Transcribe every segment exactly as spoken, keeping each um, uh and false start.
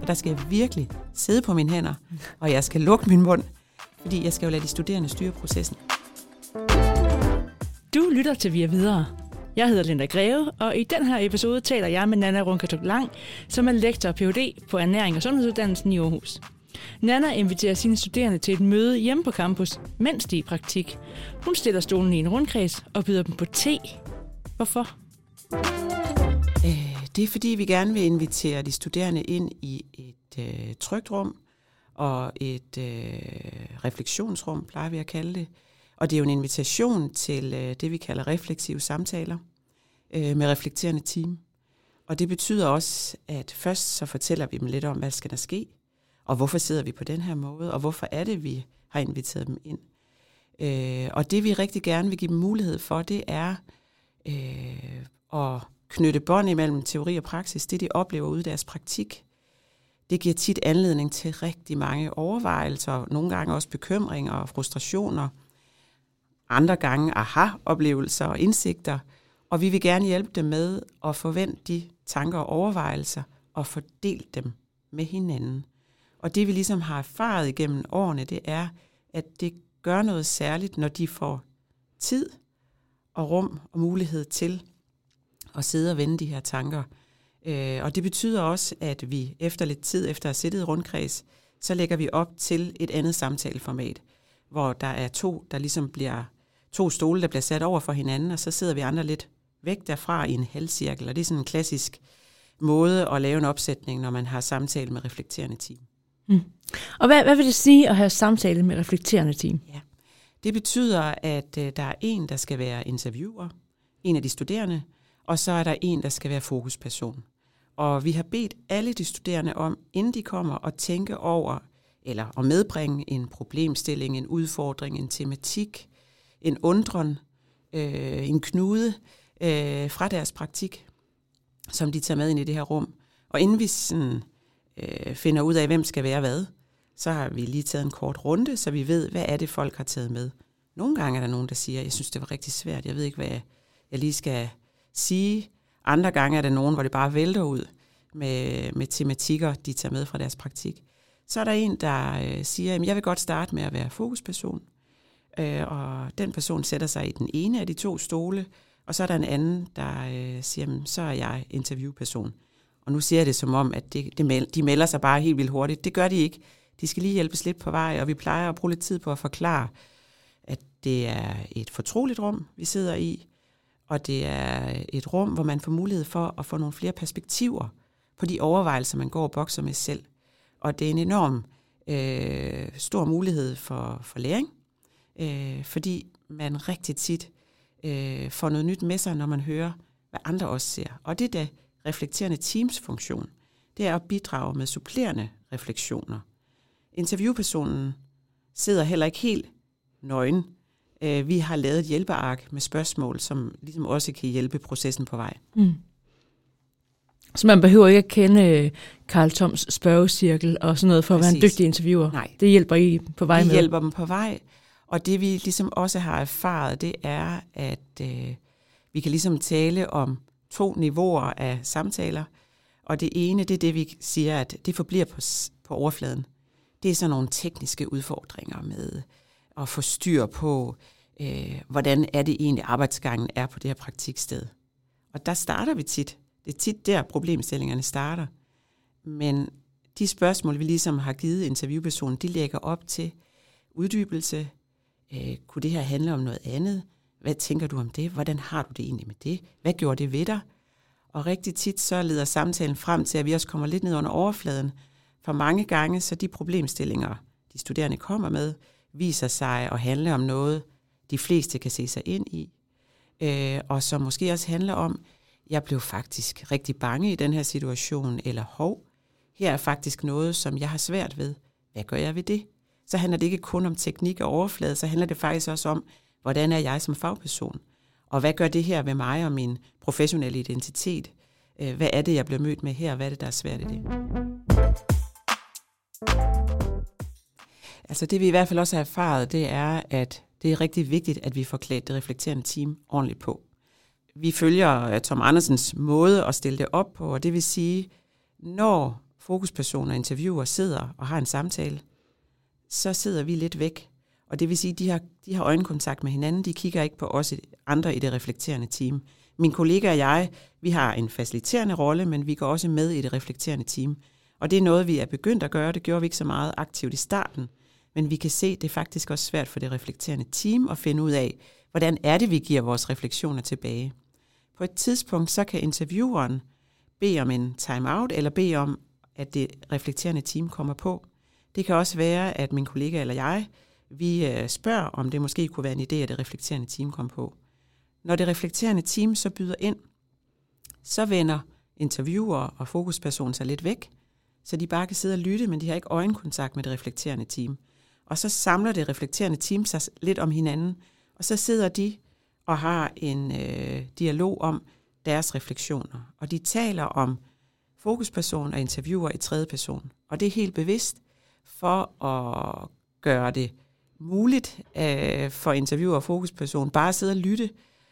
og der skal jeg virkelig sidde på mine hænder, og jeg skal lukke min mund, fordi jeg skal jo lade de studerende styre processen. Du lytter til Vi er videre. Jeg hedder Linda Greve, og i den her episode taler jeg med Nanna Runkatuk Lang, som er lektor og P H D på Ernæring og Sundhedsuddannelsen i Aarhus. Nanna inviterer sine studerende til et møde hjemme på campus, mens de er i praktik. Hun stiller stolen i en rundkreds og byder dem på te. Hvorfor? Øh, det er fordi, vi gerne vil invitere de studerende ind i et øh, trygt rum og et øh, refleksionsrum, plejer vi at kalde det. Og det er jo en invitation til øh, det, vi kalder refleksive samtaler øh, med reflekterende team. Og det betyder også, at først så fortæller vi dem lidt om, hvad skal der ske, og hvorfor sidder vi på den her måde, og hvorfor er det, vi har inviteret dem ind. Øh, og det, vi rigtig gerne vil give dem mulighed for, det er øh, at knytte bånd imellem teori og praksis, det de oplever ude i deres praktik. Det giver tit anledning til rigtig mange overvejelser, nogle gange også bekymringer og frustrationer, andre gange aha-oplevelser og indsigter, og vi vil gerne hjælpe dem med at forvente de tanker og overvejelser og fordele dem med hinanden. Og det vi ligesom har erfaret igennem årene, det er, at det gør noget særligt, når de får tid og rum og mulighed til at sidde og vende de her tanker. Og det betyder også, at vi efter lidt tid, efter at have siddet i rundkreds, så lægger vi op til et andet samtaleformat, hvor der er to, der ligesom bliver to stole, der bliver sat over for hinanden, og så sidder vi andre lidt væk derfra i en halvcirkel, og det er sådan en klassisk måde at lave en opsætning, når man har samtale med reflekterende team. Mm. Og hvad, hvad vil det sige at have samtale med reflekterende team? Ja. Det betyder, at uh, der er en, der skal være interviewer, en af de studerende, og så er der en, der skal være fokusperson. Og vi har bedt alle de studerende om, inden de kommer, at tænke over, eller at medbringe en problemstilling, en udfordring, en tematik, en undren, øh, en knude øh, fra deres praktik, som de tager med ind i det her rum. Og inden vi sådan, øh, finder ud af, hvem skal være hvad, så har vi lige taget en kort runde, så vi ved, hvad er det, folk har taget med. Nogle gange er der nogen, der siger, jeg synes, det var rigtig svært, jeg ved ikke, hvad jeg lige skal sige. Andre gange er der nogen, hvor det bare vælter ud med, med tematikker, de tager med fra deres praktik. Så er der en, der øh, siger, at jeg vil godt starte med at være fokusperson, øh, og den person sætter sig i den ene af de to stole, og så er der en anden, der øh, siger, så er jeg interviewperson. Og nu siger jeg det som om, at det, det meld, de melder sig bare helt vildt hurtigt. Det gør de ikke. De skal lige hjælpes lidt på vej, og vi plejer at bruge lidt tid på at forklare, at det er et fortroligt rum, vi sidder i, og det er et rum, hvor man får mulighed for at få nogle flere perspektiver på de overvejelser, man går og bokser med selv. Og det er en enorm øh, stor mulighed for, for læring, øh, fordi man rigtig tit øh, får noget nyt med sig, når man hører, hvad andre også ser. Og det er da reflekterende teams funktion. Det er at bidrage med supplerende refleksioner. Interviewpersonen sidder heller ikke helt nøgen. Øh, vi har lavet et hjælpeark med spørgsmål, som ligesom også kan hjælpe processen på vej. Mm. Så man behøver ikke at kende Carl Toms spørgecirkel og sådan noget for Præcis. At være en dygtig interviewer. Nej. Det hjælper I på vej vi med. Det hjælper dem på vej, og det vi ligesom også har erfaret, det er, at øh, vi kan ligesom tale om to niveauer af samtaler, og det ene, det er det, vi siger, at det forbliver på, på overfladen. Det er sådan nogle tekniske udfordringer med at få styr på, øh, hvordan er det egentlig arbejdsgangen er på det her praktiksted. Og der starter vi tit. Det er tit der, problemstillingerne starter. Men de spørgsmål, vi ligesom har givet interviewpersonen, de lægger op til uddybelse. Øh, kunne det her handle om noget andet? Hvad tænker du om det? Hvordan har du det egentlig med det? Hvad gjorde det ved dig? Og rigtig tit så leder samtalen frem til, at vi også kommer lidt ned under overfladen. For mange gange, så de problemstillinger, de studerende kommer med, viser sig at handle om noget, de fleste kan se sig ind i. Øh, og som måske også handler om, jeg blev faktisk rigtig bange i den her situation, eller hov, her er faktisk noget, som jeg har svært ved. Hvad gør jeg ved det? Så handler det ikke kun om teknik og overflade, så handler det faktisk også om, hvordan er jeg som fagperson? Og hvad gør det her ved mig og min professionelle identitet? Hvad er det, jeg bliver mødt med her? Hvad er det, der er svært i det? Altså det, vi i hvert fald også har erfaret, det er, at det er rigtig vigtigt, at vi får klædt det reflekterende team ordentligt på. Vi følger Tom Andersens måde at stille det op på, og det vil sige, når fokusperson og interviewer sidder og har en samtale, så sidder vi lidt væk. Og det vil sige, at de har, de har øjenkontakt med hinanden, de kigger ikke på os andre i det reflekterende team. Min kollega og jeg, vi har en faciliterende rolle, men vi går også med i det reflekterende team. Og det er noget, vi er begyndt at gøre. Det gjorde vi ikke så meget aktivt i starten. Men vi kan se, at det er faktisk også svært for det reflekterende team at finde ud af, hvordan er det, vi giver vores refleksioner tilbage. På et tidspunkt, så kan intervieweren bede om en time-out, eller bede om, at det reflekterende team kommer på. Det kan også være, at min kollega eller jeg, vi spørger, om det måske kunne være en idé, at det reflekterende team kommer på. Når det reflekterende team så byder ind, så vender interviewer og fokuspersonen sig lidt væk, så de bare kan sidde og lytte, men de har ikke øjenkontakt med det reflekterende team. Og så samler det reflekterende team sig lidt om hinanden, og så sidder de og har en øh, dialog om deres refleksioner. Og de taler om fokusperson og interviewer i tredje person. Og det er helt bevidst for at gøre det muligt øh, for interviewer og fokusperson bare at sidde og lytte.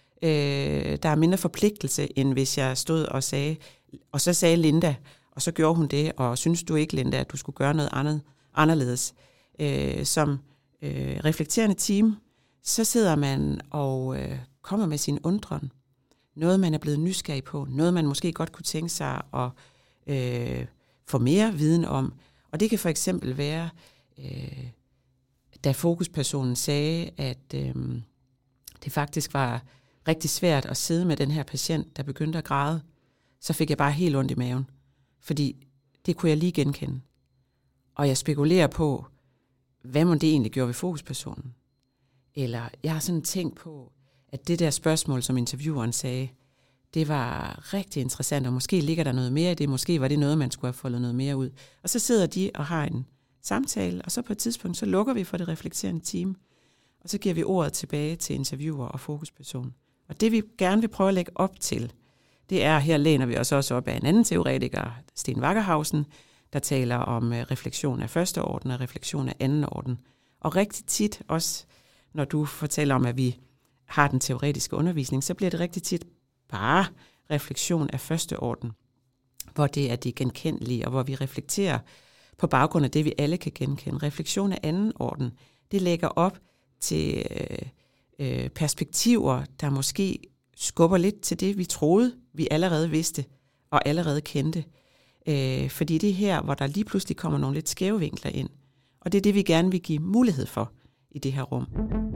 Øh, der er mindre forpligtelse, end hvis jeg stod og sagde, og så sagde Linda, og så gjorde hun det, og synes du ikke, Linda, at du skulle gøre noget andet, anderledes? Øh, som øh, reflekterende team, så sidder man og øh, kommer med sin undren. Noget, man er blevet nysgerrig på. Noget, man måske godt kunne tænke sig at øh, få mere viden om. Og det kan for eksempel være, øh, da fokuspersonen sagde, at øh, det faktisk var rigtig svært at sidde med den her patient, der begyndte at græde, så fik jeg bare helt ondt i maven. Fordi det kunne jeg lige genkende. Og jeg spekulerer på, hvad må det egentlig gøre ved fokuspersonen? Eller jeg har sådan tænkt på, at det der spørgsmål, som intervieweren sagde, det var rigtig interessant, og måske ligger der noget mere i det, måske var det noget, man skulle have foldet noget mere ud. Og så sidder de og har en samtale, og så på et tidspunkt, så lukker vi for det reflekterende team, og så giver vi ordet tilbage til interviewer og fokusperson. Og det vi gerne vil prøve at lægge op til, det er, her læner vi os også op af en anden teoretiker, Sten Wackerhausen, der taler om refleksion af første orden og refleksion af anden orden. Og rigtig tit også, når du fortæller om, at vi har den teoretiske undervisning, så bliver det rigtig tit bare refleksion af første orden, hvor det er det genkendelige, og hvor vi reflekterer på baggrund af det, vi alle kan genkende. Refleksion af anden orden, det lægger op til øh, perspektiver, der måske skubber lidt til det, vi troede, vi allerede vidste og allerede kendte. Øh, fordi det er her, hvor der lige pludselig kommer nogle lidt skæve vinkler ind. Og det er det, vi gerne vil give mulighed for i det her rum.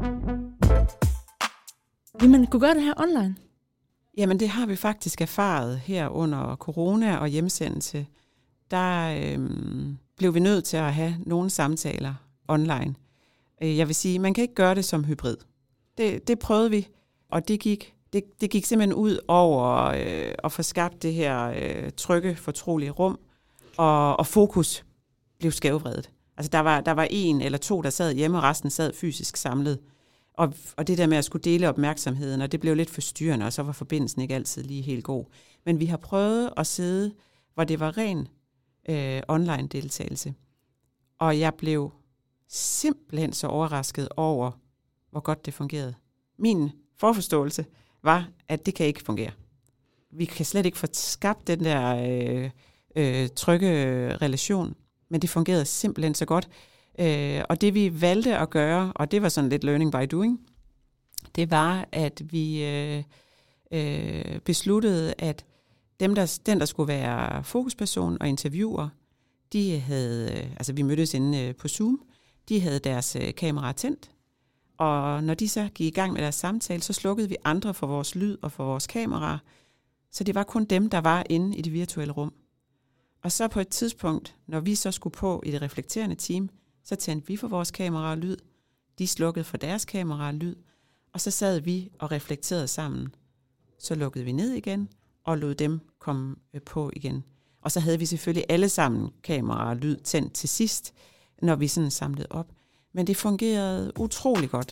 Vil man kunne gøre det her online? Jamen, det har vi faktisk erfaret her under corona og hjemsendelse. Der øh, blev vi nødt til at have nogle samtaler online. Jeg vil sige, man kan ikke gøre det som hybrid. Det, det prøvede vi, og det gik, det, det gik simpelthen ud over øh, at få skabt det her øh, trygge, fortrolige rum, og, og fokus blev skævvredet. Altså, der var, der var en eller to, der sad hjemme, og resten sad fysisk samlet. Og, og det der med at skulle dele opmærksomheden, og det blev lidt forstyrrende, og så var forbindelsen ikke altid lige helt god. Men vi har prøvet at sidde, hvor det var ren øh, online-deltagelse. Og jeg blev simpelthen så overrasket over, hvor godt det fungerede. Min forforståelse var, at det kan ikke fungere. Vi kan slet ikke få skabt den der øh, øh, trygge relation, men det fungerede simpelthen så godt. Øh, og det vi valgte at gøre, og det var sådan lidt learning by doing, det var, at vi øh, øh, besluttede, at dem, der, den, der skulle være fokusperson og interviewer, de havde, altså vi mødtes inde på Zoom, de havde deres kamera tændt, og når de så gik i gang med deres samtale, så slukkede vi andre for vores lyd og for vores kamera, så det var kun dem, der var inde i det virtuelle rum. Og så på et tidspunkt, når vi så skulle på i det reflekterende team, så tændte vi for vores kamera og lyd, de slukkede for deres kamera og lyd, og så sad vi og reflekterede sammen. Så lukkede vi ned igen og lod dem komme på igen. Og så havde vi selvfølgelig alle sammen kamera og lyd tændt til sidst, når vi sådan samlede op. Men det fungerede utrolig godt.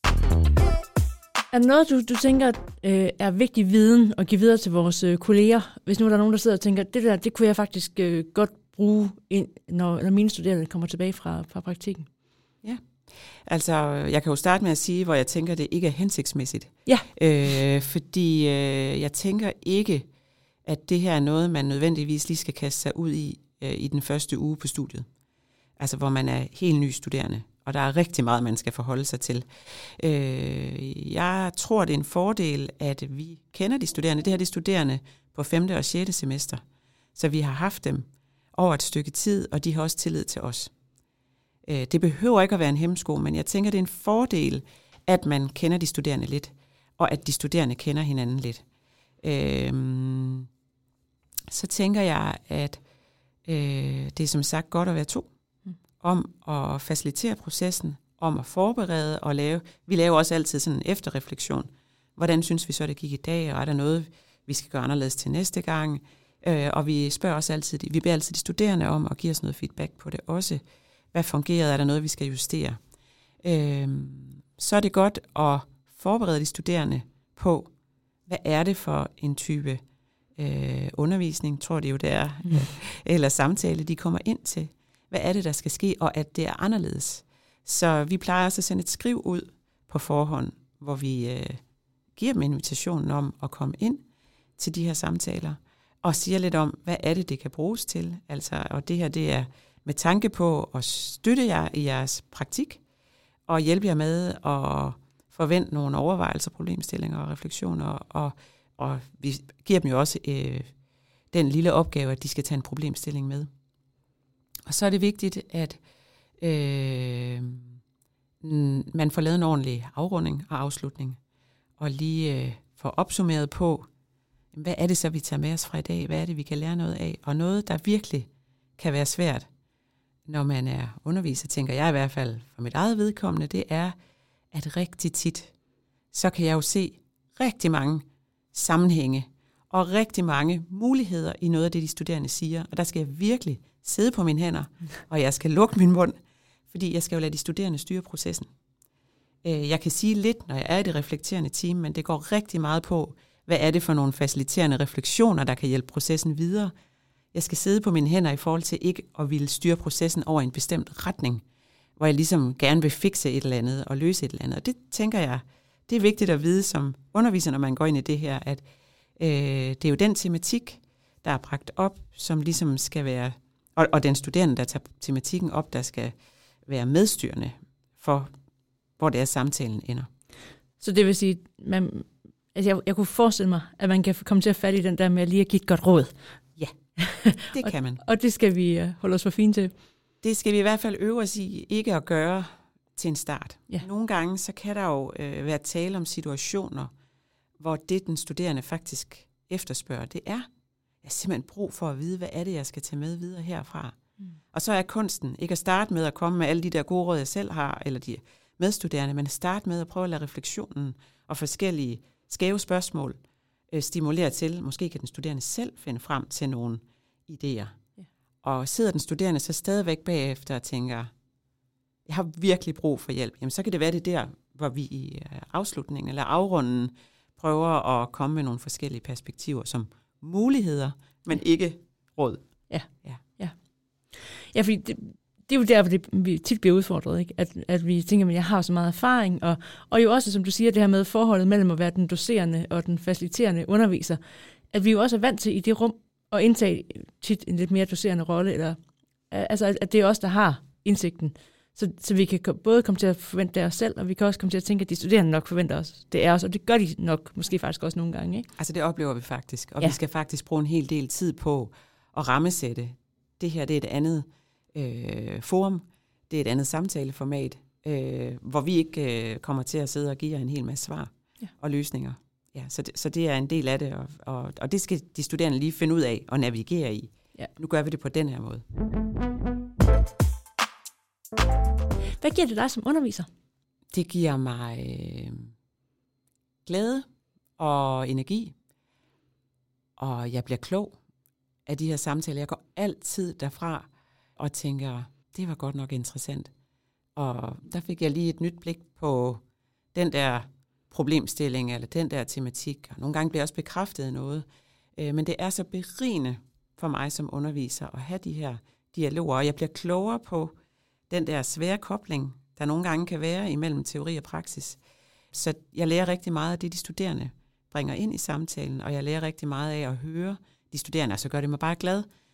Er der noget, du, du tænker øh, er vigtig viden at give videre til vores øh, kolleger? Hvis nu der er nogen, der sidder og tænker, det der, det kunne jeg faktisk øh, godt bruge, ind, når, når mine studerende kommer tilbage fra, fra praktikken. Ja, altså jeg kan jo starte med at sige, hvor jeg tænker, at det ikke er hensigtsmæssigt. Ja. Øh, fordi øh, jeg tænker ikke, at det her er noget, man nødvendigvis lige skal kaste sig ud i øh, i den første uge på studiet. Altså hvor man er helt ny studerende, og der er rigtig meget, man skal forholde sig til. Øh, jeg tror, det er en fordel, at vi kender de studerende. Det her er de studerende på femte og sjette semester, så vi har haft dem over et stykke tid, og de har også tillid til os. Øh, det behøver ikke at være en hæmsko, men jeg tænker, det er en fordel, at man kender de studerende lidt, og at de studerende kender hinanden lidt. Øh, så tænker jeg, at øh, det er som sagt godt at være to, om at facilitere processen, om at forberede og lave. Vi laver også altid sådan en efterreflektion. Hvordan synes vi så, det gik i dag, og er der noget, vi skal gøre anderledes til næste gang? Øh, og vi spørger også altid, vi beder altid de studerende om at give os noget feedback på det også. Hvad fungerede? Er der noget, vi skal justere? Øh, så er det godt at forberede de studerende på, hvad er det for en type øh, undervisning, tror de jo det er, mm. eller samtale, de kommer ind til. Hvad er det, der skal ske, og at det er anderledes. Så vi plejer også at sende et skriv ud på forhånd, hvor vi øh, giver dem invitationen om at komme ind til de her samtaler, og siger lidt om, hvad er det, det kan bruges til. Altså, og det her, det er med tanke på at støtte jer i jeres praktik, og hjælpe jer med at forvente nogle overvejelser, problemstillinger og refleksioner, og, og vi giver dem jo også øh, den lille opgave, at de skal tage en problemstilling med. Og så er det vigtigt, at øh, man får lavet en ordentlig afrunding og afslutning, og lige øh, får opsummeret på, hvad er det så, vi tager med os fra i dag? Hvad er det, vi kan lære noget af? Og noget, der virkelig kan være svært, når man er underviser, tænker jeg i hvert fald for mit eget vedkommende, det er, at rigtig tit, så kan jeg jo se rigtig mange sammenhænge og rigtig mange muligheder i noget af det, de studerende siger. Og der skal jeg virkelig sidde på mine hænder, og jeg skal lukke min mund, fordi jeg skal jo lade de studerende styre processen. Jeg kan sige lidt, når jeg er i det reflekterende team, men det går rigtig meget på, hvad er det for nogle faciliterende refleksioner, der kan hjælpe processen videre. Jeg skal sidde på mine hænder i forhold til ikke at ville styre processen over en bestemt retning, hvor jeg ligesom gerne vil fikse et eller andet og løse et eller andet. Og det tænker jeg, det er vigtigt at vide som underviser, når man går ind i det her, at øh, det er jo den tematik, der er bragt op, som ligesom skal være, og, og den studerende, der tager tematikken op, der skal være medstyrende for, hvor det er, samtalen ender. Så det vil sige, man, altså jeg, jeg kunne forestille mig, at man kan komme til at falde i den der med at lige at give et godt råd. Ja, det kan man. og, og det skal vi uh, holde os for fint til. Det skal vi i hvert fald øve os i ikke at gøre til en start. Ja. Nogle gange så kan der jo øh, være tale om situationer, hvor det, den studerende faktisk efterspørger, det er, jeg har simpelthen brug for at vide, hvad er det, jeg skal tage med videre herfra. Mm. Og så er kunsten ikke at starte med at komme med alle de der gode råd, jeg selv har, eller de medstuderende, men at starte med at prøve at lade refleksionen og forskellige skæve spørgsmål øh, stimulere til, måske kan den studerende selv finde frem til nogle idéer. Ja. Og sidder den studerende så stadigvæk bagefter og tænker, jeg har virkelig brug for hjælp, jamen så kan det være det der, hvor vi i afslutningen eller afrunden prøver at komme med nogle forskellige perspektiver som muligheder, men ikke råd. Ja, ja. Ja, ja fordi det, det er jo der, hvor det, vi tit bliver udfordret, ikke? At, at vi tænker, at jeg har så meget erfaring, og, og jo også, som du siger, det her med forholdet mellem at være den docerende og den faciliterende underviser, at vi jo også er vant til i det rum at indtage tit en lidt mere docerende rolle, eller altså at det er os, der har indsigten. Så, så vi kan både komme til at forvente det os selv, og vi kan også komme til at tænke, at de studerende nok forventer os. Det er os, og det gør de nok måske faktisk også nogle gange, ikke? Altså det oplever vi faktisk, og ja. vi skal faktisk bruge en hel del tid på at rammesætte. Det her, det er et andet øh, forum, det er et andet samtaleformat, øh, hvor vi ikke øh, kommer til at sidde og give jer en hel masse svar ja. og løsninger. Ja, så, det, så det er en del af det, og, og, og det skal de studerende lige finde ud af og navigere i. Ja. Nu gør vi det på den her måde. Hvad giver det dig som underviser? Det giver mig øh, glæde og energi, og jeg bliver klog af de her samtaler. Jeg går altid derfra og tænker, det var godt nok interessant. Og der fik jeg lige et nyt blik på den der problemstilling, eller den der tematik. Og nogle gange bliver jeg også bekræftet i noget. Øh, men det er så berigende for mig som underviser at have de her dialoger, og jeg bliver klogere på den der svære kobling, der nogle gange kan være imellem teori og praksis. Så jeg lærer rigtig meget af det, de studerende bringer ind i samtalen, og jeg lærer rigtig meget af at høre de studerende, og så gør det mig bare glad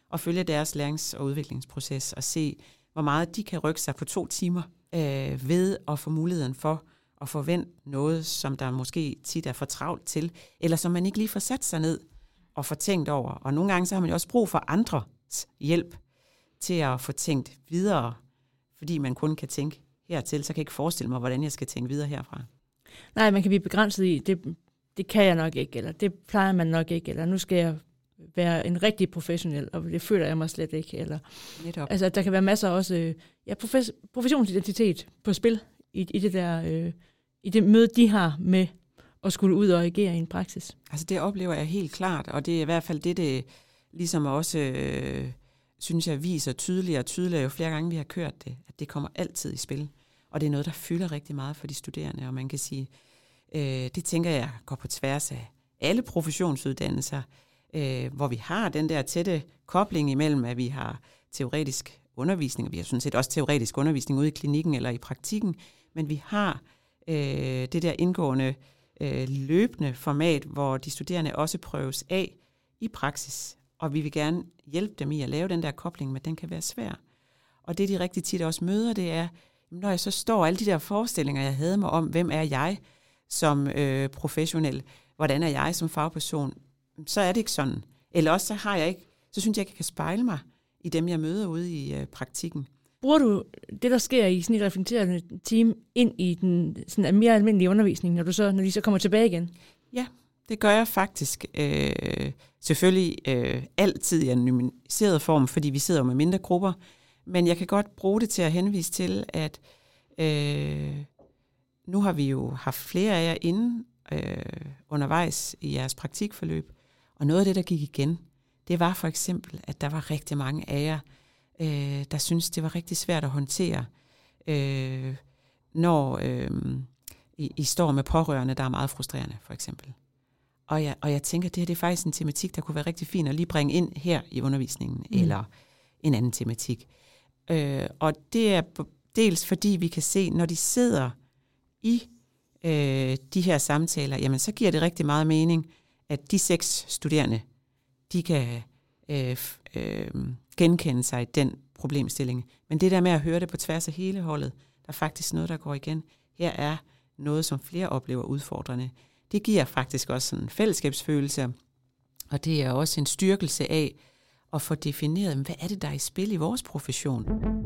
og følge deres lærings- og udviklingsproces og se, hvor meget de kan rykke sig på to timer øh, ved at få muligheden for at forvente noget, som der måske tit er for travlt til, eller som man ikke lige får sat sig ned og får tænkt over. Og nogle gange så har man jo også brug for andres hjælp til at få tænkt videre, fordi man kun kan tænke hertil, så kan jeg ikke forestille mig, hvordan jeg skal tænke videre herfra. Nej, man kan blive begrænset i, det, det kan jeg nok ikke, eller det plejer man nok ikke, eller nu skal jeg være en rigtig professionel, og det føler jeg mig slet ikke. Eller, altså, der kan være masser også ja, profes, professionsidentitet på spil i, i det der øh, i det møde, de har med at skulle ud og agere i en praksis. Altså det oplever jeg helt klart, og det er i hvert fald det, det ligesom også, øh, synes jeg, viser tydeligere og tydeligere, jo flere gange vi har kørt det, at det kommer altid i spil. Og det er noget, der fylder rigtig meget for de studerende, og man kan sige, øh, det tænker jeg går på tværs af alle professionsuddannelser, øh, hvor vi har den der tætte kobling imellem, at vi har teoretisk undervisning, og vi har sådan set også teoretisk undervisning ude i klinikken eller i praktikken, men vi har øh, det der indgående øh, løbende format, hvor de studerende også prøves af i praksis, og vi vil gerne hjælpe dem i at lave den der kobling, men den kan være svær. Og det, de rigtig tit også møder, det er, når jeg så står alle de der forestillinger, jeg havde mig om, hvem er jeg som øh, professionel, hvordan er jeg som fagperson, så er det ikke sådan. Eller også så har jeg ikke, så synes jeg ikke, jeg kan spejle mig i dem, jeg møder ude i øh, praktikken. Bruger du det, der sker i sådan et reflekterende team, ind i den sådan mere almindelige undervisning, når du så, når de så kommer tilbage igen? Ja, det gør jeg faktisk. Øh, selvfølgelig øh, altid i anonymiseret form, fordi vi sidder med mindre grupper, men jeg kan godt bruge det til at henvise til, at øh, nu har vi jo haft flere af jer inde øh, undervejs i jeres praktikforløb, og noget af det, der gik igen, det var for eksempel, at der var rigtig mange af jer, øh, der syntes, det var rigtig svært at håndtere, øh, når øh, I, I står med pårørende, der er meget frustrerende, for eksempel. Og jeg, og jeg tænker, at det her det er faktisk en tematik, der kunne være rigtig fin at lige bringe ind her i undervisningen, mm. eller en anden tematik. Øh, og det er dels fordi, vi kan se, når de sidder i øh, de her samtaler, jamen så giver det rigtig meget mening, at de seks studerende, de kan øh, øh, genkende sig i den problemstilling. Men det der med at høre det på tværs af hele holdet, der er faktisk noget, der går igen. Her er noget, som flere oplever udfordrende. Det giver faktisk også en fællesskabsfølelse, og det er også en styrkelse af at få defineret, hvad er det, der er i spil i vores profession.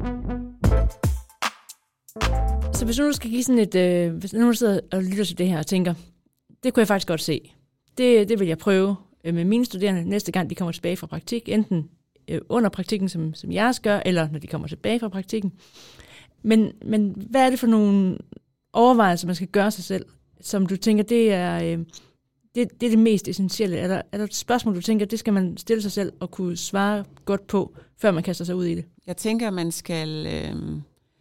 Så hvis nu skal give sådan et, øh, hvis nu sidder og lytter til det her og tænker, det kunne jeg faktisk godt se. Det, det vil jeg prøve med mine studerende næste gang, de kommer tilbage fra praktik, enten øh, under praktikken, som, som jeres gør, eller når de kommer tilbage fra praktikken. Men, men hvad er det for nogle overvejelser, man skal gøre sig selv, som du tænker, det er, øh, det, det er det mest essentielle? Er der, er der et spørgsmål, du tænker, det skal man stille sig selv og kunne svare godt på, før man kaster sig ud i det? Jeg tænker, man skal øh,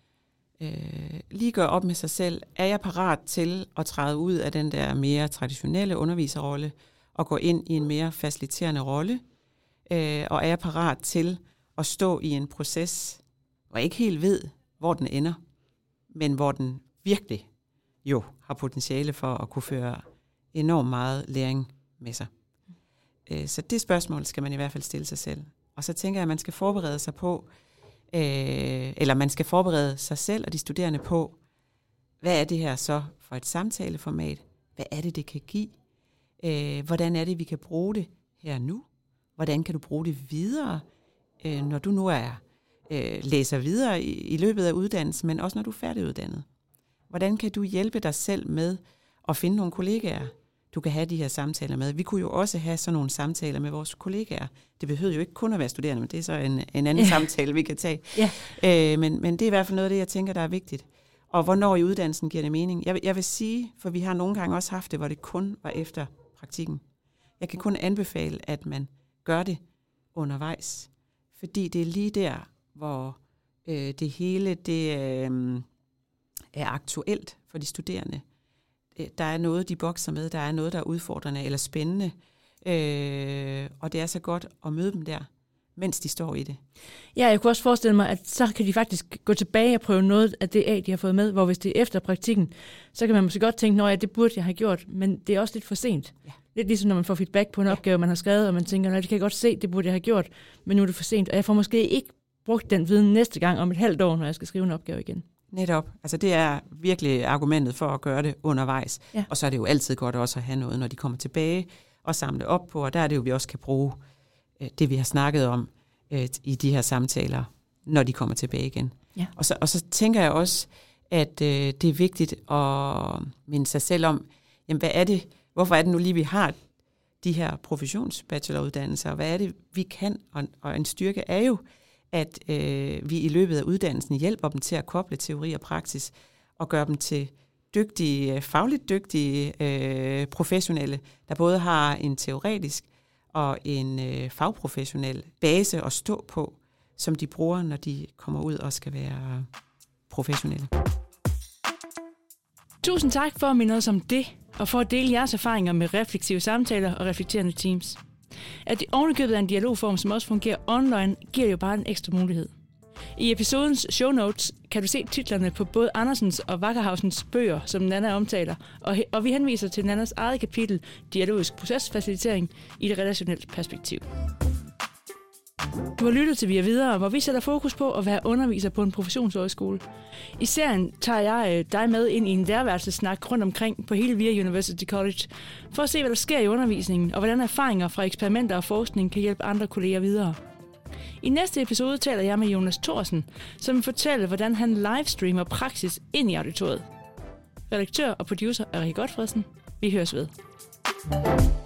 øh, lige gøre op med sig selv. Er jeg parat til at træde ud af den der mere traditionelle underviserrolle og gå ind i en mere faciliterende rolle? Øh, og er jeg parat til at stå i en proces, hvor jeg ikke helt ved, hvor den ender, men hvor den virkelig jo har potentiale for at kunne føre enormt meget læring med sig. Øh, så det spørgsmål skal man i hvert fald stille sig selv. Og så tænker jeg, at man skal forberede sig på, øh, eller man skal forberede sig selv og de studerende på, hvad er det her så for et samtaleformat? Hvad er det, det kan give? Øh, hvordan er det, vi kan bruge det her nu? Hvordan kan du bruge det videre, øh, når du nu er øh, læser videre i, i løbet af uddannelsen, men også når du er færdiguddannet? Hvordan kan du hjælpe dig selv med at finde nogle kollegaer, du kan have de her samtaler med? Vi kunne jo også have sådan nogle samtaler med vores kollegaer. Det behøver jo ikke kun at være studerende, men det er så en, en anden ja. samtale, vi kan tage. Ja. Øh, men, men det er i hvert fald noget af det, jeg tænker, der er vigtigt. Og hvornår i uddannelsen giver det mening? Jeg, jeg vil sige, for vi har nogle gange også haft det, hvor det kun var efter praktikken. Jeg kan kun anbefale, at man gør det undervejs. Fordi det er lige der, hvor øh, det hele det, øh, er aktuelt for de studerende. Der er noget, de bokser med, der er noget, der er udfordrende eller spændende. Øh, og det er så godt at møde dem der, mens de står i det. Ja, jeg kunne også forestille mig, at så kan de faktisk gå tilbage og prøve noget af det af, de har fået med, hvor hvis det er efter praktikken, så kan man måske godt tænke, at ja, det burde jeg have gjort, men det er også lidt for sent. Ja. Lidt ligesom når man får feedback på en opgave, man har skrevet, og man tænker, nej, det kan jeg godt se, det burde jeg have gjort, men nu er det for sent, og jeg får måske ikke brugt den viden næste gang om et halvt år, når jeg skal skrive en opgave igen. Netop. Altså det er virkelig argumentet for at gøre det undervejs. Ja. Og så er det jo altid godt også at have noget, når de kommer tilbage og samle op på, og der er det jo, vi også kan bruge øh, det, vi har snakket om øh, i de her samtaler, når de kommer tilbage igen. Ja. Og, så, og så tænker jeg også, at øh, det er vigtigt at minde sig selv om, jamen hvad er det, hvorfor er det nu lige, vi har de her professionsbacheloruddannelser, og hvad er det, vi kan, og, og en styrke er jo, at øh, vi i løbet af uddannelsen hjælper dem til at koble teori og praksis, og gøre dem til dygtige, fagligt dygtige øh, professionelle, der både har en teoretisk og en øh, fagprofessionel base at stå på, som de bruger, når de kommer ud og skal være professionelle. Tusind tak for at minde os om det, og for at dele jeres erfaringer med refleksive samtaler og reflekterende teams. At det ovenikøbet er en dialogform, som også fungerer online, giver jo bare en ekstra mulighed. I episodens show notes kan du se titlerne på både Andersens og Wackerhausens bøger, som Nanna omtaler, og, he- og vi henviser til Nannas eget kapitel, Dialogisk procesfacilitering i et relationelt perspektiv. Du har lyttet til Vi er videre, hvor vi sætter fokus på at være underviser på en professionshøjskole. I serien tager jeg dig med ind i en lærerværelsessnak rundt omkring på hele V I A University College, for at se, hvad der sker i undervisningen, og hvordan erfaringer fra eksperimenter og forskning kan hjælpe andre kolleger videre. I næste episode taler jeg med Jonas Thorsen, som vil fortælle, hvordan han livestreamer praksis ind i auditoriet. Redaktør og producer er Rikke Godfredsen. Vi høres ved.